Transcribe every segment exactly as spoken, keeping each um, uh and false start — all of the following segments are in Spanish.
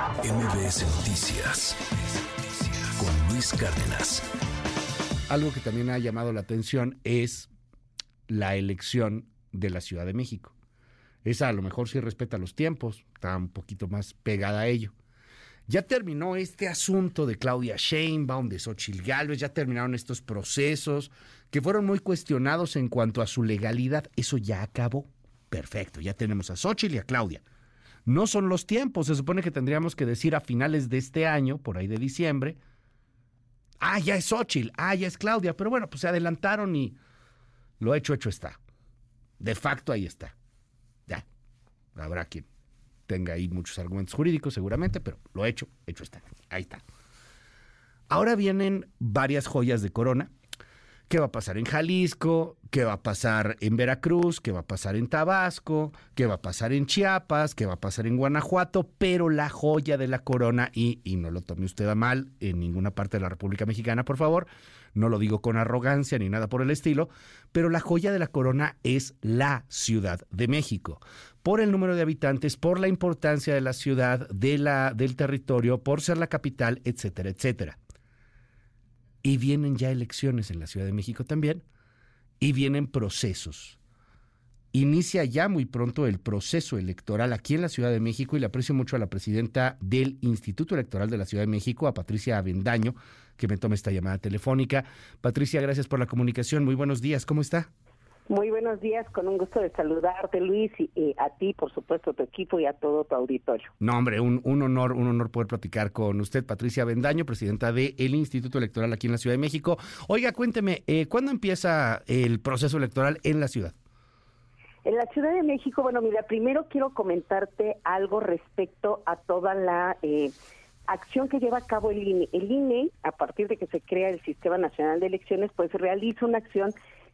M B S Noticias con Luis Cárdenas. Algo que también ha llamado la atención es la elección de la Ciudad de México. Esa a lo mejor sí respeta los tiempos, está un poquito más pegada a ello. Ya terminó este asunto de Claudia Sheinbaum, de Xóchitl Gálvez, ya terminaron estos procesos que fueron muy cuestionados en cuanto a su legalidad. Eso ya acabó. Perfecto, ya tenemos a Xóchitl y a Claudia. No son los tiempos, se supone que tendríamos que decir a finales de este año, por ahí de diciembre, ah, ya es Xóchitl, ah, ya es Claudia, pero bueno, pues se adelantaron y lo hecho, hecho está. De facto ahí está. Ya, habrá quien tenga ahí muchos argumentos jurídicos seguramente, pero lo hecho, hecho está. Ahí está. Ahora vienen varias joyas de corona. ¿Qué va a pasar en Jalisco? ¿Qué va a pasar en Veracruz? ¿Qué va a pasar en Tabasco? ¿Qué va a pasar en Chiapas? ¿Qué va a pasar en Guanajuato? Pero la joya de la corona, y, y no lo tome usted a mal en ninguna parte de la República Mexicana, por favor, no lo digo con arrogancia ni nada por el estilo, pero la joya de la corona es la Ciudad de México. Por el número de habitantes, por la importancia de la ciudad, de la, del territorio, por ser la capital, etcétera, etcétera. Y vienen ya elecciones en la Ciudad de México también, y vienen procesos. Inicia ya muy pronto el proceso electoral aquí en la Ciudad de México, y le aprecio mucho a la presidenta del Instituto Electoral de la Ciudad de México, a Patricia Avendaño, que me tome esta llamada telefónica. Patricia, gracias por la comunicación. Muy buenos días, ¿cómo está? Muy buenos días, con un gusto de saludarte, Luis, y eh, a ti, por supuesto, a tu equipo y a todo tu auditorio. No, hombre, un, un honor, un honor poder platicar con usted, Patricia Avendaño, presidenta del Instituto Electoral aquí en la Ciudad de México. Oiga, cuénteme, eh, ¿cuándo empieza el proceso electoral en la ciudad? En la Ciudad de México, bueno, mira, primero quiero comentarte algo respecto a toda la eh, acción que lleva a cabo el I N E. El I N E, a partir de que se crea el Sistema Nacional de Elecciones, pues realiza una acción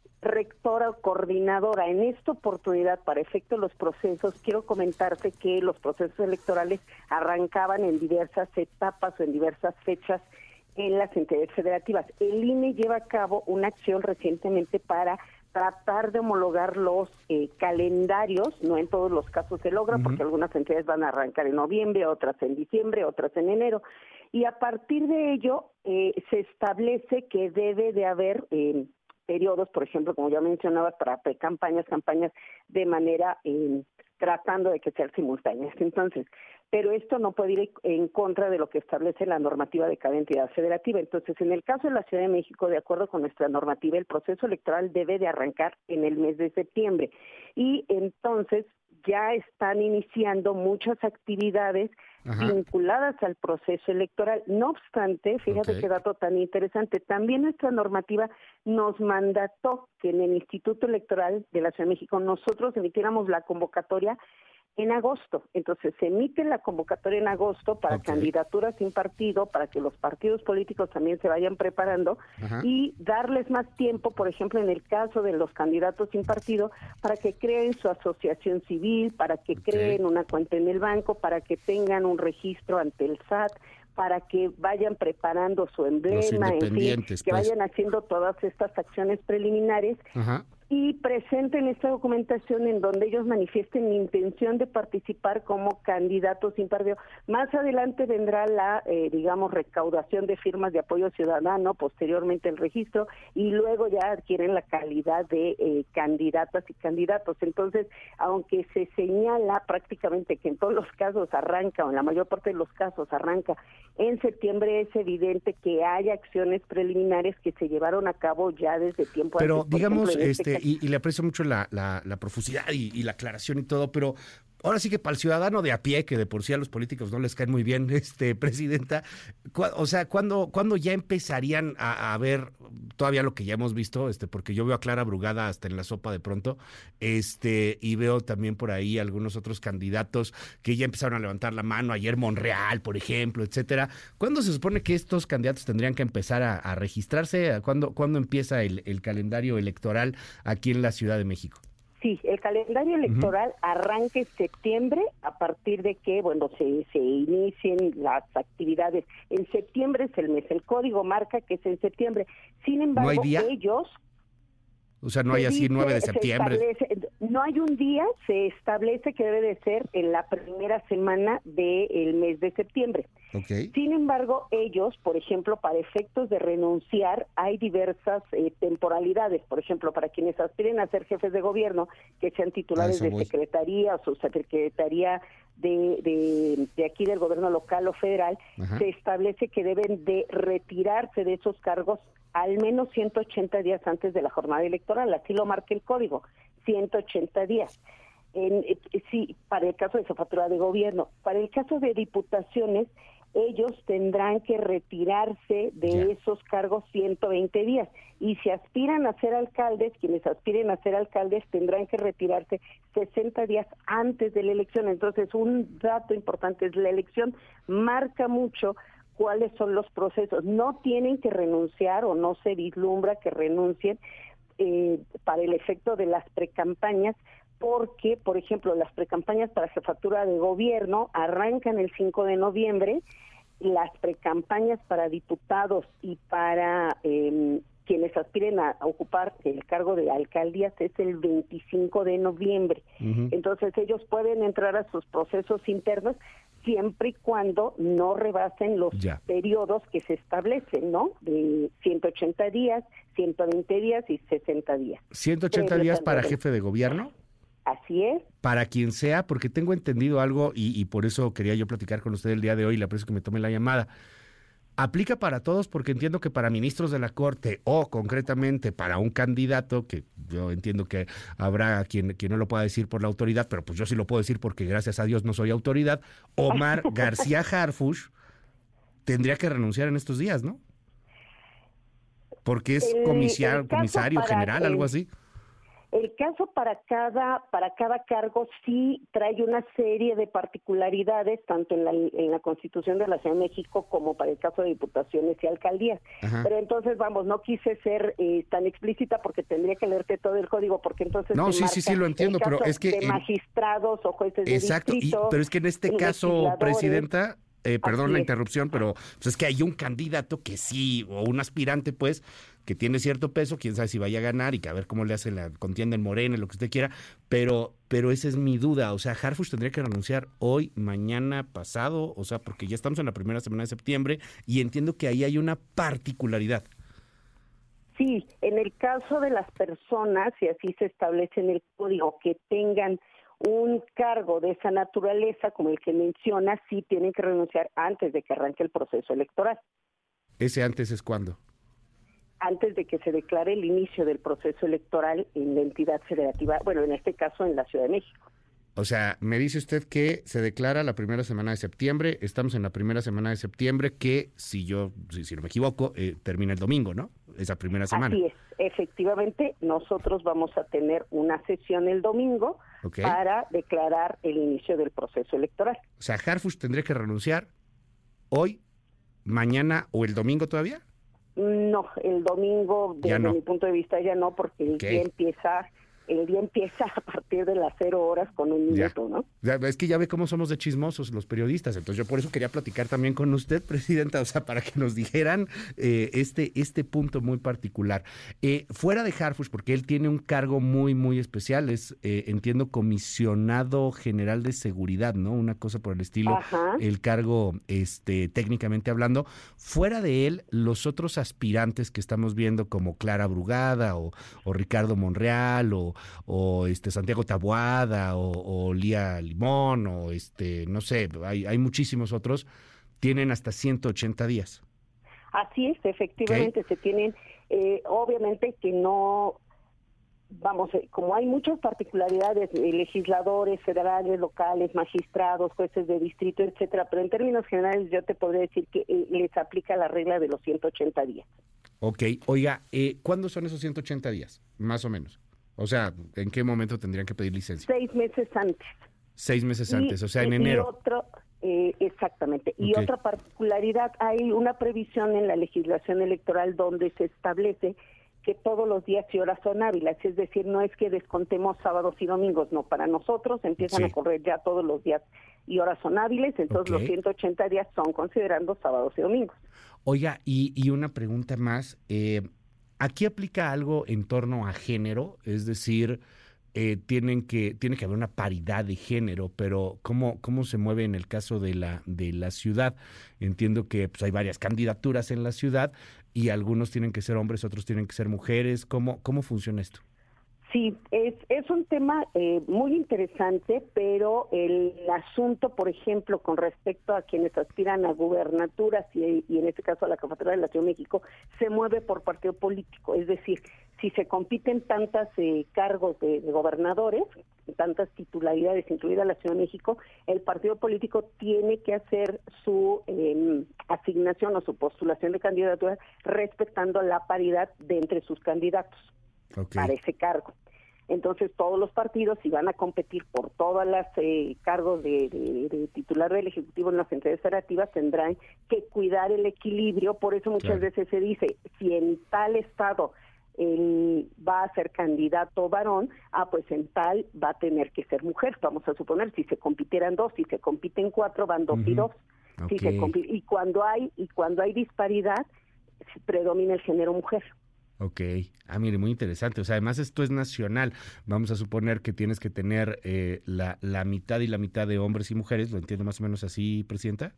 rectora o coordinadora. En esta oportunidad, para efecto de los procesos, quiero comentarte que los procesos electorales arrancaban en diversas etapas o en diversas fechas en las entidades federativas. El I N E lleva a cabo una acción recientemente para tratar de homologar los eh, calendarios. No en todos los casos se logra, uh-huh, porque algunas entidades van a arrancar en noviembre, otras en diciembre, otras en enero. Y a partir de ello eh, se establece que debe de haber eh, periodos, por ejemplo, como ya mencionabas, para pre-campañas, campañas de manera eh, tratando de que sean simultáneas. Entonces, pero esto no puede ir en contra de lo que establece la normativa de cada entidad federativa. Entonces, en el caso de la Ciudad de México, de acuerdo con nuestra normativa, el proceso electoral debe de arrancar en el mes de septiembre. Y entonces ya están iniciando muchas actividades, ajá, vinculadas al proceso electoral. No obstante, fíjate okay, qué dato tan interesante, también nuestra normativa nos mandató que en el Instituto Electoral de la Ciudad de México nosotros emitiéramos la convocatoria en agosto. Entonces se emite la convocatoria en agosto para okay, candidaturas sin partido, para que los partidos políticos también se vayan preparando, ajá, y darles más tiempo, por ejemplo, en el caso de los candidatos sin partido, para que creen su asociación civil, para que okay, creen una cuenta en el banco, para que tengan un registro ante el S A T, para que vayan preparando su emblema, en fin, que pues vayan haciendo todas estas acciones preliminares, ajá, y presenten esta documentación en donde ellos manifiesten la intención de participar como candidatos sin partido. Más adelante vendrá la, eh, digamos, recaudación de firmas de apoyo ciudadano, posteriormente el registro, y luego ya adquieren la calidad de eh, candidatas y candidatos. Entonces, aunque se señala prácticamente que en todos los casos arranca, o en la mayor parte de los casos arranca en septiembre, es evidente que hay acciones preliminares que se llevaron a cabo ya desde tiempo Pero antes. digamos, ejemplo, en este, este y, y le aprecio mucho la, la, la profusidad y, y la aclaración y todo, pero ahora sí que para el ciudadano de a pie, que de por sí a los políticos no les caen muy bien, este presidenta, cu- o sea, ¿cuándo, ¿cuándo ya empezarían a, a ver todavía lo que ya hemos visto? Este, porque yo veo a Clara Brugada hasta en la sopa de pronto, este, y veo también por ahí algunos otros candidatos que ya empezaron a levantar la mano, ayer Monreal, por ejemplo, etcétera. ¿Cuándo se supone que estos candidatos tendrían que empezar a, a registrarse? ¿Cuándo, ¿Cuándo empieza el, el calendario electoral aquí en la Ciudad de México? Sí, el calendario electoral uh-huh, arranca en septiembre, a partir de que, bueno, se, se inicien las actividades. En septiembre es el mes, el código marca que es en septiembre. Sin embargo, ¿No hay día? ellos, O sea, no Se hay así dice, nueve de se septiembre. establece- no hay un día, se establece que debe de ser en la primera semana del mes de septiembre. Ok. Sin embargo, ellos, por ejemplo, para efectos de renunciar, hay diversas eh, temporalidades. Por ejemplo, para quienes aspiren a ser jefes de gobierno, que sean A titulares eso de voy. secretaría o subsecretaría de, de, de aquí del gobierno local o federal, Ajá. se establece que deben de retirarse de esos cargos al menos ciento ochenta días antes de la jornada electoral. Así lo marca el código, ciento ochenta días. En, eh, sí, para el caso de jefatura de gobierno. Para el caso de diputaciones, ellos tendrán que retirarse de Ya. esos cargos ciento veinte días. Y si aspiran a ser alcaldes, quienes aspiren a ser alcaldes tendrán que retirarse sesenta días antes de la elección. Entonces, un dato importante es la elección marca mucho cuáles son los procesos. No tienen que renunciar o no se vislumbra que renuncien eh, para el efecto de las precampañas, porque, por ejemplo, las precampañas para jefatura de gobierno arrancan el cinco de noviembre, las precampañas para diputados y para eh, quienes aspiren a, a ocupar el cargo de alcaldías es el veinticinco de noviembre. Ujú. Entonces ellos pueden entrar a sus procesos internos siempre y cuando no rebasen los Ya. periodos que se establecen, ¿no? De ciento ochenta días, ciento veinte días y sesenta días. ciento ochenta Previos días al para orden. jefe de gobierno. Así es. Para quien sea, porque tengo entendido algo y, y por eso quería yo platicar con usted el día de hoy, le aprecio que me tome la llamada. Aplica para todos porque entiendo que para ministros de la Corte o concretamente para un candidato, que yo entiendo que habrá quien, quien no lo pueda decir por la autoridad, pero pues yo sí lo puedo decir porque gracias a Dios no soy autoridad, Omar García Harfuch tendría que renunciar en estos días, ¿no? Porque es El- comisia- el caso comisario para general, algo el- así. El caso para cada para cada cargo sí trae una serie de particularidades, tanto en la, en la Constitución de la Ciudad de México como para el caso de diputaciones y alcaldías. Ajá. Pero entonces, vamos, no quise ser eh, tan explícita porque tendría que leerte todo el código, porque entonces No, te sí, sí, marca sí, lo entiendo, el pero caso es que de en- magistrados o jueces Exacto, de y, distrito, pero es que en este caso, legisladores. presidenta, eh, perdón Así la es. interrupción, pero pues es que hay un candidato que sí, o un aspirante, pues, que tiene cierto peso, quién sabe si vaya a ganar y que a ver cómo le hace la contienda en Morena, lo que usted quiera, pero, pero esa es mi duda, o sea, Harfuch tendría que renunciar hoy, mañana, pasado, o sea, porque ya estamos en la primera semana de septiembre y entiendo que ahí hay una particularidad. Sí, en el caso de las personas, y así se establece en el código, que tengan un cargo de esa naturaleza, como el que menciona, sí tienen que renunciar antes de que arranque el proceso electoral, Ese antes es cuándo. antes de que se declare el inicio del proceso electoral en la entidad federativa, bueno, en este caso en la Ciudad de México. O sea, me dice usted que se declara la primera semana de septiembre, estamos en la primera semana de septiembre, que si yo, si, si no me equivoco, eh, termina el domingo, ¿no? Esa primera semana. Así es, efectivamente, nosotros vamos a tener una sesión el domingo Ok. para declarar el inicio del proceso electoral. O sea, Harfuch tendría que renunciar hoy, mañana o el domingo todavía. No, el domingo, Ya desde no. mi punto de vista, ya no, porque el Ok. día empieza, el día empieza a partir de las cero horas con un Ya. minuto, ¿no? Ya, es que ya ve cómo somos de chismosos los periodistas, entonces yo por eso quería platicar también con usted, presidenta, o sea, para que nos dijeran eh, este, este punto muy particular. Eh, fuera de Harfuch, porque él tiene un cargo muy, muy especial, es, eh, entiendo, comisionado general de seguridad, ¿no? Una cosa por el estilo, Ajá. el cargo, este, técnicamente hablando. Fuera de él, los otros aspirantes que estamos viendo, como Clara Brugada o, o Ricardo Monreal o, o este Santiago Taboada o, o Lía Limón o este, no sé, hay, hay muchísimos otros, tienen hasta ciento ochenta días. Así es, efectivamente, se tienen, eh, obviamente que no, vamos, eh, como hay muchas particularidades, eh, legisladores federales, locales, magistrados, jueces de distrito, etcétera, pero en términos generales yo te podría decir que eh, les aplica la regla de los ciento ochenta días. Ok, oiga, eh, ¿cuándo son esos ciento ochenta días? Más o menos. O sea, ¿en qué momento tendrían que pedir licencia? Seis meses antes. Seis meses Y- antes, o sea, en y- enero. Y otro, eh, exactamente. Y Ok. otra particularidad, hay una previsión en la legislación electoral donde se establece que todos los días y horas son hábiles, es decir, no es que descontemos sábados y domingos, no, para nosotros empiezan Sí. a correr ya todos los días y horas son hábiles, entonces Ok. los ciento ochenta días son considerando sábados y domingos. Oiga, y, y una pregunta más. eh, ¿Aquí aplica algo en torno a género? Es decir, eh, tienen que, tiene que haber una paridad de género, pero ¿cómo, cómo se mueve en el caso de la, de la ciudad? Entiendo que pues, hay varias candidaturas en la ciudad y algunos tienen que ser hombres, otros tienen que ser mujeres. ¿Cómo, cómo funciona esto? Sí, es, es un tema eh, muy interesante, pero el asunto, por ejemplo, con respecto a quienes aspiran a gubernaturas y, y en este caso a la Jefatura de la Ciudad de México, se mueve por partido político. Es decir, si se compiten tantos eh, cargos de, de gobernadores, tantas titularidades, incluida la Ciudad de México, el partido político tiene que hacer su eh, asignación o su postulación de candidatura respetando la paridad de entre sus candidatos. Okay. Para ese cargo. Entonces todos los partidos, si van a competir por todos los eh, cargos de, de, de titular del Ejecutivo en las entidades federativas, tendrán que cuidar el equilibrio. Por eso muchas claro. veces se dice, si en tal estado él va a ser candidato varón, ah, pues en tal va a tener que ser mujer. Vamos a suponer, si se compitieran dos, si se compiten cuatro, van dos uh-huh. y dos. Okay. Si se compi- y cuando hay y cuando hay disparidad, predomina el género mujer. Ok, ah, mire, muy interesante. O sea, además esto es nacional. Vamos a suponer que tienes que tener eh, la, la mitad y la mitad de hombres y mujeres. ¿Lo entiendo más o menos así, Presidenta?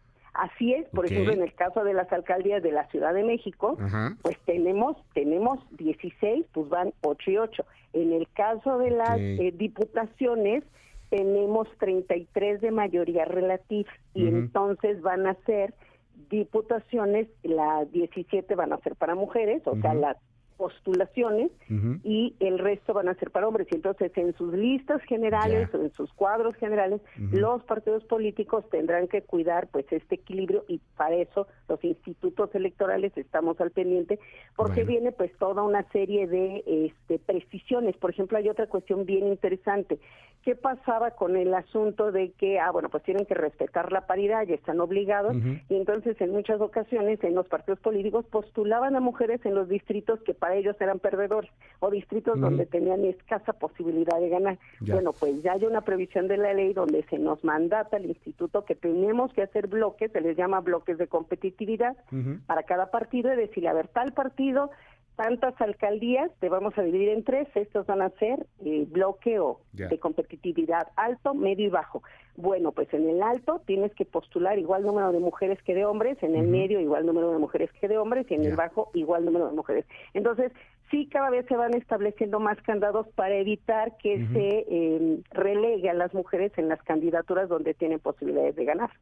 Así es. Por okay. ejemplo, en el caso de las alcaldías de la Ciudad de México, Ajá. pues tenemos tenemos dieciséis, pues van ocho y ocho. En el caso de las okay. eh, diputaciones, tenemos treinta y tres de mayoría relativa. Y uh-huh. entonces van a ser diputaciones, las diecisiete van a ser para mujeres, o uh-huh. sea, las postulaciones, uh-huh. y el resto van a ser para hombres. Y entonces en sus listas generales yeah. o en sus cuadros generales, uh-huh. los partidos políticos tendrán que cuidar pues este equilibrio, y para eso los institutos electorales estamos al pendiente, porque bueno. viene pues toda una serie de este, precisiones. Por ejemplo, hay otra cuestión bien interesante. ¿Qué pasaba con el asunto de que, ah, bueno, pues tienen que respetar la paridad, ya están obligados, uh-huh. y entonces en muchas ocasiones en los partidos políticos postulaban a mujeres en los distritos que para ellos eran perdedores, o distritos uh-huh. donde tenían escasa posibilidad de ganar? Ya. Bueno, pues ya hay una previsión de la ley donde se nos mandata al instituto que tenemos que hacer bloques, se les llama bloques de competitividad, uh-huh. para cada partido, y decirle, a ver, tal partido, tantas alcaldías, te vamos a dividir en tres, estos van a ser eh, bloque o yeah. de competitividad alto, medio y bajo. Bueno, pues en el alto tienes que postular igual número de mujeres que de hombres, en el uh-huh. medio igual número de mujeres que de hombres, y en yeah. el bajo igual número de mujeres. Entonces, sí, cada vez se van estableciendo más candados para evitar que uh-huh. se eh, relegue a las mujeres en las candidaturas donde tienen posibilidades de ganar.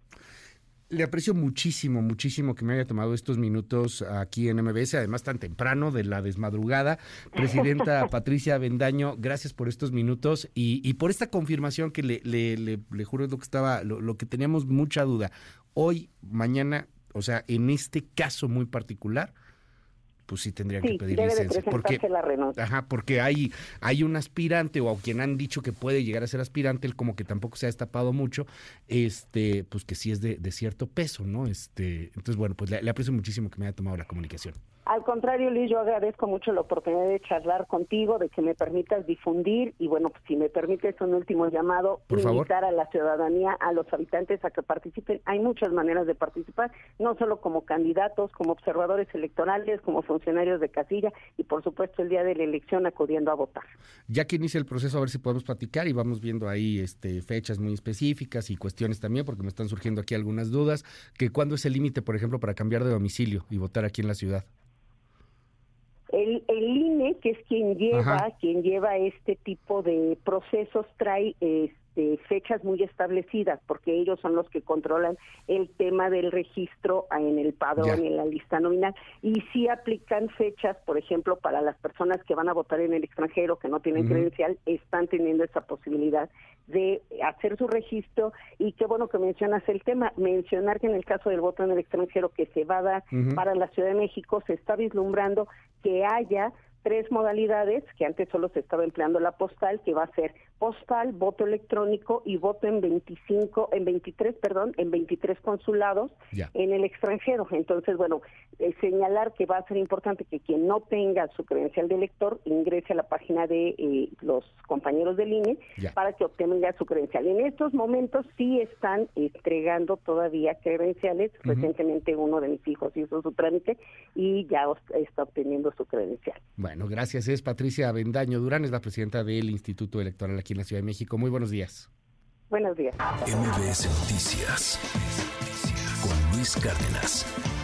Le aprecio muchísimo, muchísimo que me haya tomado estos minutos aquí en M B S, además tan temprano de la desmadrugada. Presidenta Patricia Avendaño, gracias por estos minutos y, y por esta confirmación que le, le, le, le juro es lo que estaba, lo, lo que teníamos mucha duda. Hoy, mañana, o sea, en este caso muy particular, pues sí tendrían sí, que pedir debe licencia. De porque, la renuncia. Ajá, porque hay, hay un aspirante, o quien han dicho que puede llegar a ser aspirante, él como que tampoco se ha destapado mucho, este, pues que sí es de, de cierto peso, ¿no? Este, entonces, bueno, pues le, le aprecio muchísimo que me haya tomado la comunicación. Al contrario, Luis, yo agradezco mucho la oportunidad de charlar contigo, de que me permitas difundir, y bueno, pues si me permites un último llamado, Por invitar favor. a la ciudadanía, a los habitantes a que participen. Hay muchas maneras de participar, no solo como candidatos, como observadores electorales, como funcionarios de casilla, y por supuesto el día de la elección acudiendo a votar. Ya que inicia el proceso, a ver si podemos platicar y vamos viendo ahí este, fechas muy específicas y cuestiones también, porque me están surgiendo aquí algunas dudas, que cuándo es el límite, por ejemplo, para cambiar de domicilio y votar aquí en la ciudad. El, el I N E, que es quien lleva, Ajá. quien lleva este tipo de procesos, trae este, fechas muy establecidas, porque ellos son los que controlan el tema del registro en el padrón ya. y en la lista nominal, y sí aplican fechas, por ejemplo, para las personas que van a votar en el extranjero, que no tienen uh-huh. credencial, están teniendo esa posibilidad de hacer su registro. Y qué bueno que mencionas el tema, mencionar que en el caso del voto en el extranjero que se va a dar uh-huh. para la Ciudad de México, se está vislumbrando que haya tres modalidades, que antes solo se estaba empleando la postal, que va a ser postal, voto electrónico y voto en veinticinco, en veintitrés, perdón, en veintitrés consulados ya. en el extranjero. Entonces, bueno, eh, señalar que va a ser importante que quien no tenga su credencial de elector ingrese a la página de eh, los compañeros del I N E Ya. para que obtenga su credencial. En estos momentos sí están entregando todavía credenciales. Uh-huh. Recientemente uno de mis hijos hizo su trámite y ya está obteniendo su credencial. Bueno, gracias. Es Patricia Avendaño Durán, es la presidenta del Instituto Electoral aquí en la Ciudad de México. Muy buenos días. Buenos días. M B S Noticias con Luis Cárdenas.